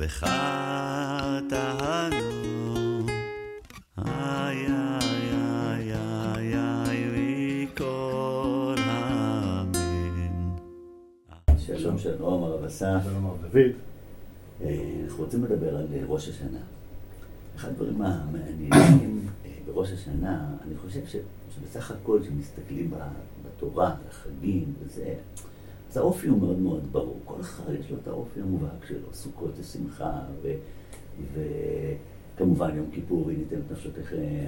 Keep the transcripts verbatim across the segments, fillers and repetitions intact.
בחרתנו איי איי איי איי איי מכל המין. שלום שלום הרב אסף. שלום הרב דוד. אנחנו רוצים לדבר על ראש השנה. אחד הדברים המעניינים בראש השנה, אני חושב שבסך הכל שמסתכלים בתורה, החגים וזה, אז האופי הוא מאוד מאוד ברור. כל אחד יש לו את האופי המובהק שלו, סוכות ושמחה, ו... וכמובן יום כיפור וניתן את נפשותיכם,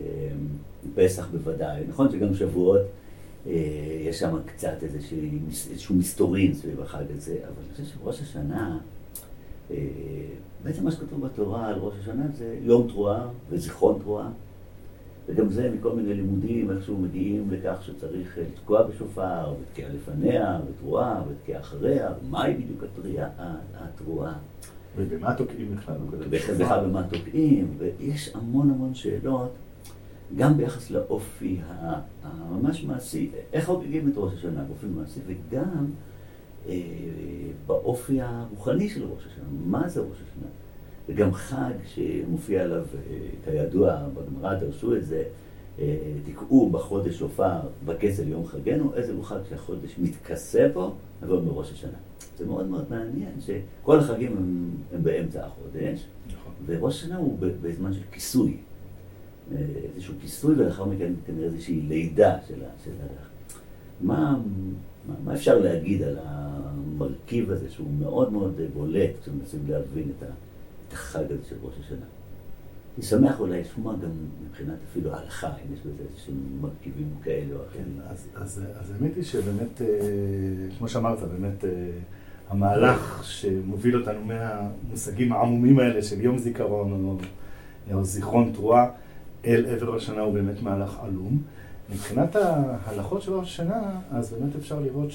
ופסח בוודאי. נכון שגם שבועות יש שם קצת איזשהו, איזשהו מסתורין סביב החג הזה, אבל אני חושב שראש השנה, בעצם מה שכתוב בתורה על ראש השנה זה יום תרועה וזיכרון תרועה, וגם זה מכל מיני לימודים, איכשהו מגיעים לכך שצריך לתקוע בשופר, ותקיע לפניה, ותרועה, ותקיע אחריה, מהי בדיוק התרועה, התרועה. ובמה תוקעים בכלל? בכלל במה תוקעים, ויש המון המון שאלות, גם ביחס לאופי הממש מעשי, איך חוגגים את ראש השנה באופי מעשי, וגם אה, באופי הרוחני של ראש השנה, מה זה ראש השנה? וגם חג שמופיע עליו, כידוע, בגמרא דרשו את זה, תקעו בחודש שופר בכסל יום חגנו, איזה הוא חג שהחודש מתכסה בו, אבל מראש השנה. זה מאוד מאוד מעניין שכל החגים הם, הם באמצע החודש, נכון. וראש השנה הוא בזמן של כיסוי. איזשהו כיסוי, ולאחר מכן כנראה איזושהי לידה של הלך. מה, מה, מה אפשר להגיד על המרכיב הזה שהוא מאוד מאוד בולט כשמנסים להבין את ה... את החג הזה של ראש השנה. אני שמח אולי לשמוע גם מבחינת אפילו ההלכה, אם יש בזה איזשהם מרכיבים כאלה או אחרים. כן, אז, אז, אז האמת היא שבאמת, כמו שאמרת, באמת המהלך שמוביל אותנו מהמושגים העמומים האלה של יום זיכרון או, או זיכרון תרועה אל עבר השנה הוא באמת מהלך עלום. מבחינת ההלכות של ראש השנה, אז באמת אפשר לראות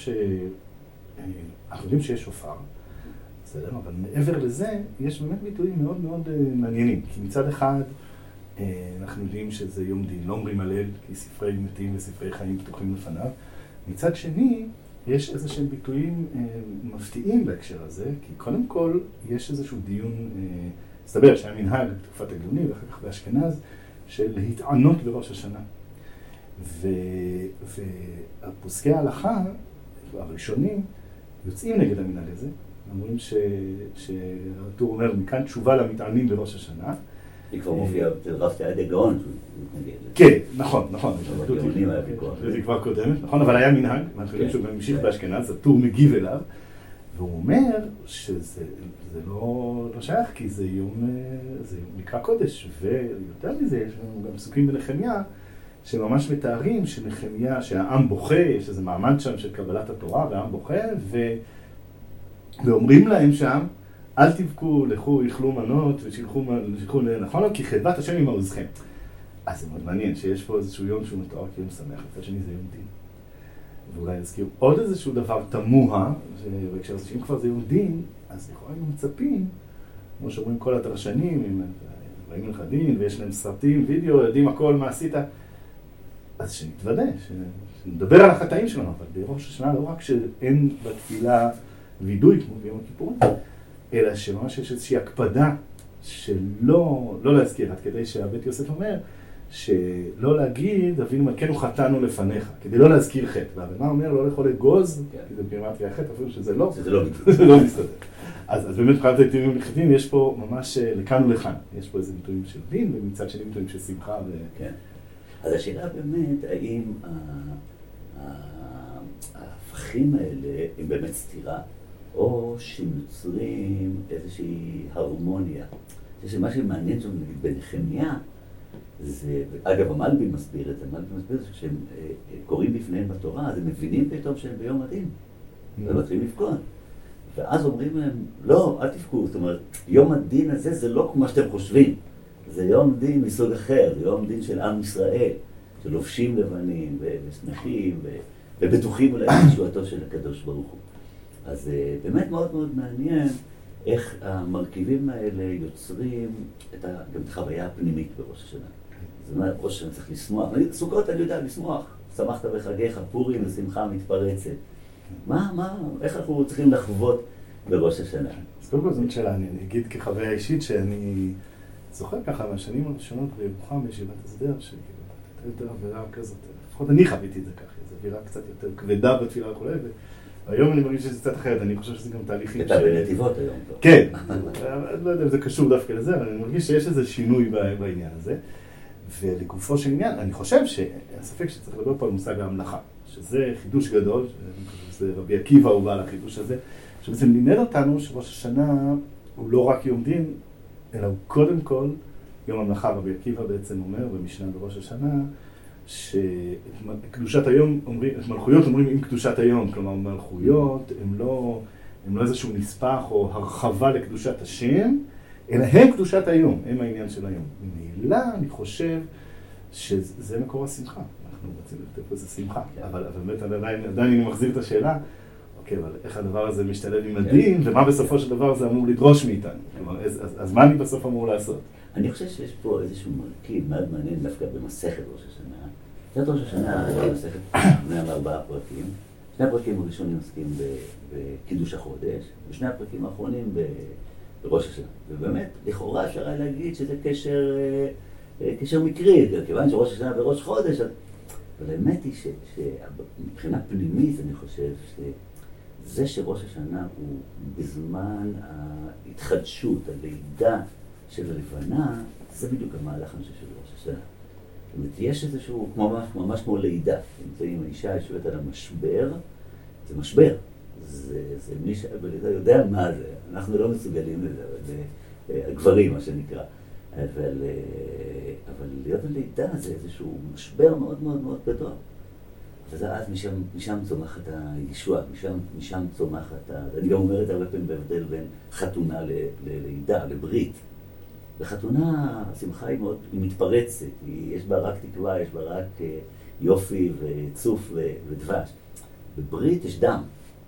שאנחנו יודעים שיש שופר, בסדר, אבל מעבר לזה, יש באמת ביטויים מאוד מאוד מעניינים. כי מצד אחד, אנחנו יודעים שזה יום דין, לא אומרים הלל, כי ספרי מתים וספרי חיים פתוחים לפניו. מצד שני, יש איזשהם ביטויים מפתיעים בהקשר הזה, כי קודם כל, יש איזשהו דיון, מסתבר שהיה מנהג בתקופת הגאונים, ואחר כך באשכנז, של להתענות בראש השנה. והפוסקי ההלכה, הראשונים, יוצאים נגד המנהג הזה, אומרים שהטור אומר, מכאן תשובה למתענים בראש השנה. היא כבר מופיעה רב סעדיה גאון שהוא מתנגד. כן, נכון, נכון. זה כבר קודמת, נכון, אבל היה מנהג, ואנחנו יודעים שהוא גם המשיך באשכנז, הטור מגיב אליו, והוא אומר שזה לא שייך, כי זה יום מקרא קודש, ויותר מזה, יש לנו גם פסוקים בנחמיה, שממש מתארים שנחמיה, שהעם בוכה, יש איזה מעמד שם של קבלת התורה, והעם בוכה, ו... ואומרים להם שם, אל תבכו, לכו, יאכלו מנות ושילחו נכון, כי חדבת השם עם מעוזכם. אז זה מאוד מעניין שיש פה איזשהו יום שהוא מתואר כיום שמח, מצד שני זה יום דין. ואולי נזכיר עוד איזשהו דבר תמוה, ובהקשר הזה שאם כבר זה יום דין, אז לכאורה הם מצפים, כמו שאומרים כל התרשנים, הם באים לך דין ויש להם סרטים, וידאו, יודעים הכל, מה עשית, אז שנתוודא, שנדבר על החטאים שלנו, אבל בראש השנה לא רק שאין בתפילה וידוי כמו ביום הכיפורים, אלא שממש יש איזושהי הקפדה שלא לא להזכיר, עד כדי שהבית יוסף אומר שלא להגיד, אבינו מלכנו חטאנו לפניך, כדי לא להזכיר חטא. והבמה אומר לא לאכול אגוז, כי זה בגימטריה חטא, אפילו שזה לא, שזה לא זה לא מסתדר. אז, אז באמת מבחינת הביטויים הלכתיים יש פה ממש לכאן ולכאן, יש פה איזה ביטויים של דין ומצד שני ביטויים של שמחה. ו... כן. אז השאלה באמת, האם ההפכים האלה הם באמת סתירה? או שיוצרים איזושהי הרמוניה. שמה שמעניין שם בנחמיה, זה, אגב, המלבי מסביר את זה, המלבי מסביר את זה, כשהם קוראים בפניהם בתורה, אז הם מבינים פתאום שהם ביום הדין, ומתחילים לבכות. ואז אומרים להם, לא, אל תבכו, זאת אומרת, יום הדין הזה זה לא כמו שאתם חושבים, זה יום דין מסוג אחר, זה יום דין של עם ישראל, שלובשים לבנים ושמחים ובטוחים אולי בישועתו של הקדוש ברוך הוא. אז באמת מאוד מאוד מעניין איך המרכיבים האלה יוצרים את ה... גם את החוויה הפנימית בראש השנה. זאת אומרת, ראש השנה צריך לשמוח. סוכות אני יודע, לשמוח. שמחת בחגיך, פורים ושמחה מתפרצת. מה, מה, איך אנחנו צריכים לחוות בראש השנה. אז קודם כל זאת שאלה, אני אגיד כחוויה אישית שאני זוכר ככה מהשנים הראשונות בירוחם בישיבת הסדר, שכאילו הייתה יותר אווירה כזאת, לפחות אני חוויתי את זה ככה, זו אווירה קצת יותר כבדה בתפילה וכו', והיום אני מרגיש שזה קצת אחרת, אני חושב שזה גם תהליכים אתה בנתיבות היום. כן, לא יודע אם זה קשור דווקא לזה, אבל אני מרגיש שיש איזה שינוי בעניין הזה, ולגופו של עניין, אני חושב שאין ספק שצריך לדבר פה על מושג ההמלכה, שזה חידוש גדול, שזה רבי עקיבא הוא בעל החידוש הזה, שבעצם לימד אותנו שראש השנה הוא לא רק יום דין, אלא הוא קודם כל יום המלאכה. רבי עקיבא בעצם אומר במשנה בראש השנה, שקדושת היום אומרים, מלכויות אומרים עם קדושת היום, כלומר מלכויות הם לא, הם לא איזשהו נספח או הרחבה לקדושת השם, אלא הם קדושת היום, הם העניין של היום. ממילא אני חושב שזה מקור השמחה, אנחנו רוצים לתת פה איזה שמחה, אבל, אבל באמת עדיין, עדיין אני מחזיר את השאלה, אוקיי, אבל איך הדבר הזה משתלב עם הדין, ומה בסופו של דבר זה אמור לדרוש מאיתנו? כלומר, אז, אז, אז מה אני בסוף אמור לעשות? אני חושב שיש פה איזשהו מרכיב מאוד מעניין דווקא במסכת ראש השנה. זאת ראש השנה, היא מסכת מאה וארבעה פרקים. שני הפרקים הראשונים עוסקים בקידוש החודש, ושני הפרקים האחרונים בראש השנה. ובאמת, לכאורה אפשר היה להגיד שזה קשר, קשר מקרי, כיוון שראש השנה וראש חודש. אבל האמת היא שמבחינה פנימית אני חושב שזה שראש השנה הוא בזמן ההתחדשות, הלידה של הלבנה, זה בדיוק המהלך אני חושב של ראש השנה. זאת אומרת, יש איזשהו, ממש, ממש כמו לידה. אם האישה יושבת על המשבר, זה משבר. זה, זה מי שבלידה יודע מה זה. אנחנו לא מסוגלים לזה, אבל זה הגברים, מה שנקרא. אבל, אבל להיות בלידה זה איזשהו משבר מאוד מאוד מאוד גדול. ואז משם, משם צומחת הישועה, משם, משם צומחת ה... אני גם אומרת הרבה פעמים בהבדל בין חתונה ל, ללידה, לברית. בחתונה השמחה היא מאוד, היא מתפרצת, היא, יש בה רק תקווה, יש בה רק יופי וצוף ודבש. בברית יש דם,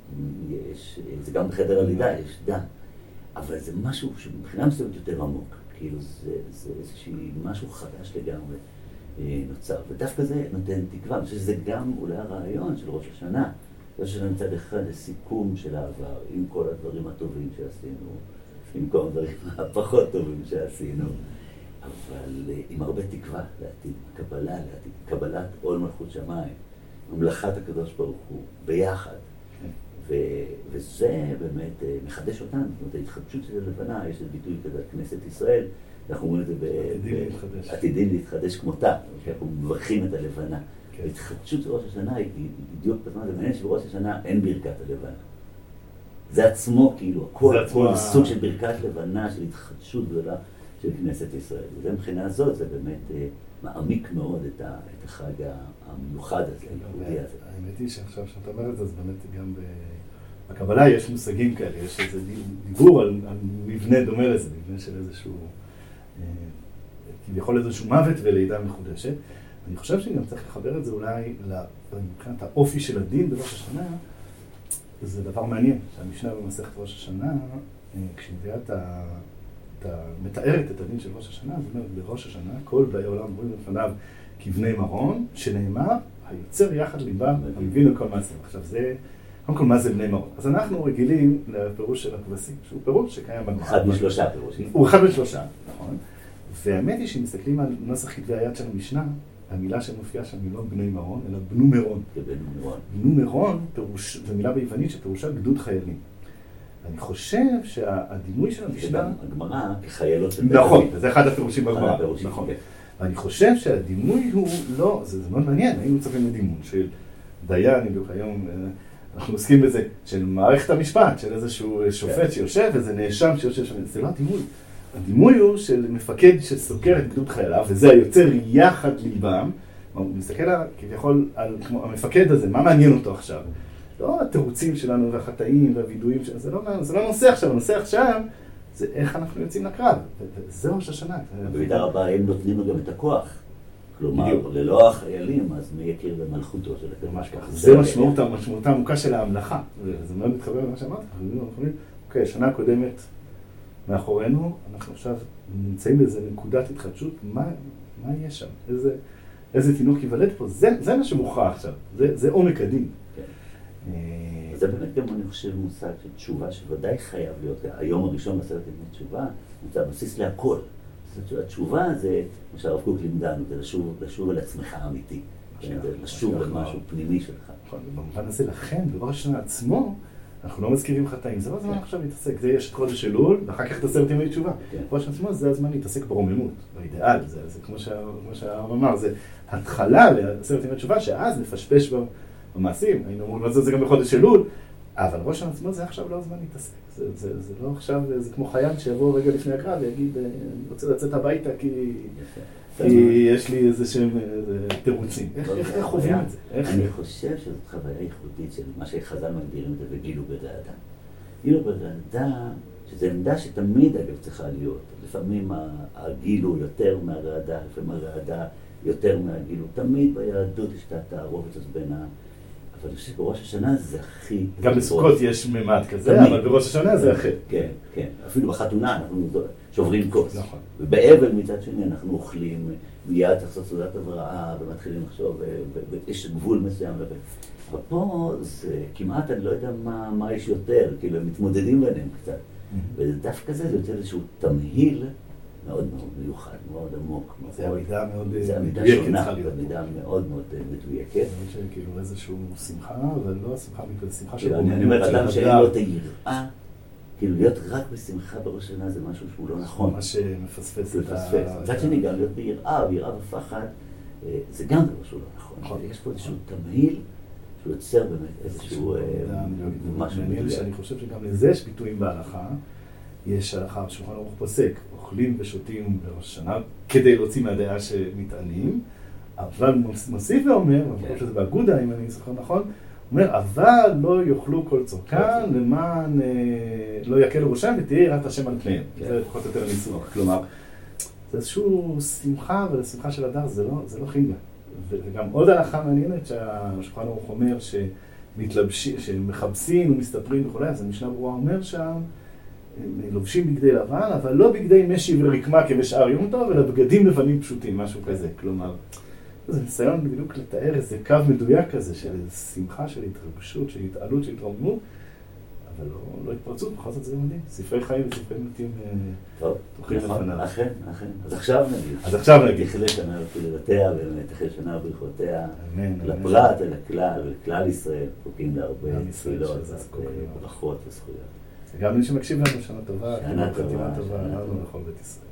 יש, זה גם בחדר הלידה, יש דם. אבל זה משהו שמבחינה מסוימת יותר עמוק, כאילו זה, זה איזשהו משהו חדש לגמרי נוצר, ודווקא זה נותן תקווה. אני חושב שזה גם אולי הרעיון של ראש השנה, ראש השנה מצד אחד לסיכום של העבר, עם כל הדברים הטובים שעשינו, עם כל הדברים הפחות טובים שעשינו, אבל עם הרבה תקווה לעתיד, קבלה לעתיד, קבלת עול מלכות שמיים, ממלכת הקדוש ברוך הוא, ביחד. ו- וזה באמת מחדש אותנו, זאת אומרת, ההתחדשות של הלבנה, יש את ביטוי כזה, כנסת ישראל, אנחנו אומרים את זה בעתידים להתחדש כמותה, אנחנו מברכים את הלבנה. ההתחדשות של ראש השנה היא בדיוק בזמן, זה מעניין שבראש השנה אין ברכת הלבנה. זה עצמו כאילו, הכל סוג של ברכת לבנה, של התחדשות גדולה של כנסת ישראל. וזה מבחינה הזאת, זה באמת מעמיק מאוד את החג המיוחד הזה, היהודי הזה. האמת היא שעכשיו שאתה אומר את זה, אז באמת גם בקבלה יש מושגים כאלה, יש איזה דיבור על מבנה דומה לזה, מבנה של איזשהו, כביכול איזשהו מוות ולידה מחודשת. אני חושב שגם צריך לחבר את זה אולי מבחינת האופי של הדין בראש השנה, זה דבר מעניין, שהמשנה במסכת ראש השנה, כשמביאה את ה... מתארת את הדין של ראש השנה, זאת אומרת, בראש השנה, כל באי עולם רואים לפניו כבני מרון, שנאמר, היוצר יחד ליבם, המבין על כל מעשים. עכשיו זה, קודם כל, מה זה בני מרון? אז אנחנו רגילים לפירוש של הכבשים, שהוא פירוש שקיים בגמרא. אחד משלושה פירושים. הוא אחד משלושה, נכון. והאמת היא שמסתכלים על נוסח כתבי היד של המשנה, המילה שמופיעה שם היא לא בני מרון, אלא בנו מרון. בנו מרון. בנו מרון, זו מילה ביוונית שפירושה גדוד חיילים. אני חושב שהדימוי של המשנה... הגמרא כחיילות של... נכון, זה אחד הפירושים בגמרא. נכון. ואני חושב שהדימוי הוא לא... זה מאוד מעניין, היינו מצפים לדימוי של דיין, בדיוק היום אנחנו עוסקים בזה, של מערכת המשפט, של איזשהו שופט שיושב, ואיזה נאשם שיושב שם. זה לא הדימוי. הדימוי הוא של מפקד שסוקר את גדוד חייליו, וזה היוצר יחד ליבם. הוא מסתכל כביכול על המפקד הזה, מה מעניין אותו עכשיו? לא התירוצים שלנו והחטאים והווידויים שלנו, זה לא, זה לא נושא עכשיו, הנושא עכשיו זה איך אנחנו יוצאים לקרב, וזה ראש השנה. במידה רבה הם נותנים לו גם את הכוח, כלומר, ללא החיילים, אז מי יכיר במלכותו של הקדוש? ממש ככה. זה משמעות, המשמעות העמוקה של ההמלכה, וזה מאוד מתחבר למה שאמרת, אנחנו אומרים, אוקיי, השנה הקודמת מאחורינו, אנחנו עכשיו נמצאים באיזה נקודת התחדשות, מה, מה יש שם? איזה, איזה תינוק ייוולד פה? זה, זה מה שמוכרע עכשיו, זה, זה עומק הדין. זה באמת גם, אני חושב, מושג של תשובה שוודאי חייב להיות, היום הראשון בעשרת ימי תשובה, זה הבסיס להכל. התשובה זה, מה שהרב קוק לימדנו, זה לשוב, לשוב על עצמך האמיתי. זה לשוב על משהו פנימי שלך. במובן הזה לכן, בראש השנה עצמו, אנחנו לא מזכירים חטאים. זה לא הזמן עכשיו להתעסק. זה יש חודש אלול, ואחר כך את עשרת ימי תשובה. בראש השנה עצמו זה הזמן להתעסק ברוממות, באידיאל. זה כמו שהרב אמר, זה התחלה לעשרת ימי תשובה, שאז נפשפש במעשים. היינו אמורים לעשות את זה גם בחודש אלול, אבל ראש השנה עצמו זה עכשיו לא הזמן להתעסק. זה, זה, זה לא עכשיו, זה כמו חייל שיבוא רגע לפני הקרב ויגיד, אני רוצה לצאת הביתה כי, כי יש לי איזה שהם תירוצים. איך חווים את זה? אני חושב שזאת חוויה ייחודית של מה שחז"ל מגדירים את זה בגילו ברעדה. גילו ברעדה, שזו עמדה שתמיד אגב צריכה להיות. לפעמים הגילו יותר מהרעדה, לפעמים הרעדה יותר מהגילו. תמיד ביהדות יש את התערובת הזאת בין ה... אבל אני חושב שבראש השנה זה הכי... גם בסוכות יש ממד כזה, אבל בראש השנה זה אחר. כן, כן. אפילו בחתונה אנחנו שוברים כוס. נכון. ובאבל מצד שני אנחנו אוכלים, מיד תחסות סעודת הבראה, ומתחילים לחשוב, ויש גבול מסוים. אבל פה זה כמעט, אני לא יודע מה יש יותר, כאילו הם מתמודדים ביניהם קצת. ודווקא זה, זה יוצא איזשהו תמהיל מאוד מאוד מיוחד, מאוד עמוק. זה עמידה מאוד מדויקת. זה עמידה שונה, עמידה מאוד מאוד מדויקת. זה כאילו איזשהו שמחה, אבל לא שמחה מכאן, שמחה של רוממות. אני אומר, אדם שאין לו את היראה, כאילו להיות רק בשמחה בראש השנה זה משהו שהוא לא נכון. ממש מפספס את ה... מצד שני, גם להיות ביראה, ביראה ופחד, זה גם דבר שהוא לא נכון. יש פה איזשהו תמהיל, שהוא יוצר באמת איזשהו משהו מדויק. אני חושב שגם לזה יש ביטויים בהלכה. יש הלכה, שולחן ערוך פוסק, אוכלים ושותים בראש השנה כדי להוציא מהדעה שמתענים, אבל מוסיף ואומר, אני חושב שזה באגודה, אם אני זוכר נכון, אומר, אבל לא יאכלו כל צורכן למען לא יקלו ראשם ותהיה יראת השם על פניהם. זה לפחות יותר הניסוח. כלומר, זה איזשהו שמחה, ולשמחה של הדר זה לא חינגה. וגם עוד הלכה מעניינת שהשולחן ערוך אומר שמחבסים ומסתפרים וכו', אז המשנה ברורה אומר שם, לובשים בגדי לבן, אבל לא בגדי משי ורקמה כבשאר יום טוב, אלא בגדים לבנים פשוטים, משהו כזה. כלומר, זה ניסיון בדיוק לתאר איזה קו מדויק כזה, של שמחה, של התרגשות, של התעלות, של התרוממות, אבל לא, לא התפרצות, בכל זאת זה מדהים. ספרי חיים וספרי מתים תוכלים לפניו. אכן, אכן. אז עכשיו נגיד. אז עכשיו נגיד. תחילת שנה וקללותיה, ותחילת שנה וברכותיה, לפרט, לכלל, לכלל ישראל, זקוקים להרבה תפילות, ברכות וזכויות. גם מי שמקשיב לנו, שנה טובה, שנה טובה, חתימה טובה, לנו לכל בית ישראל.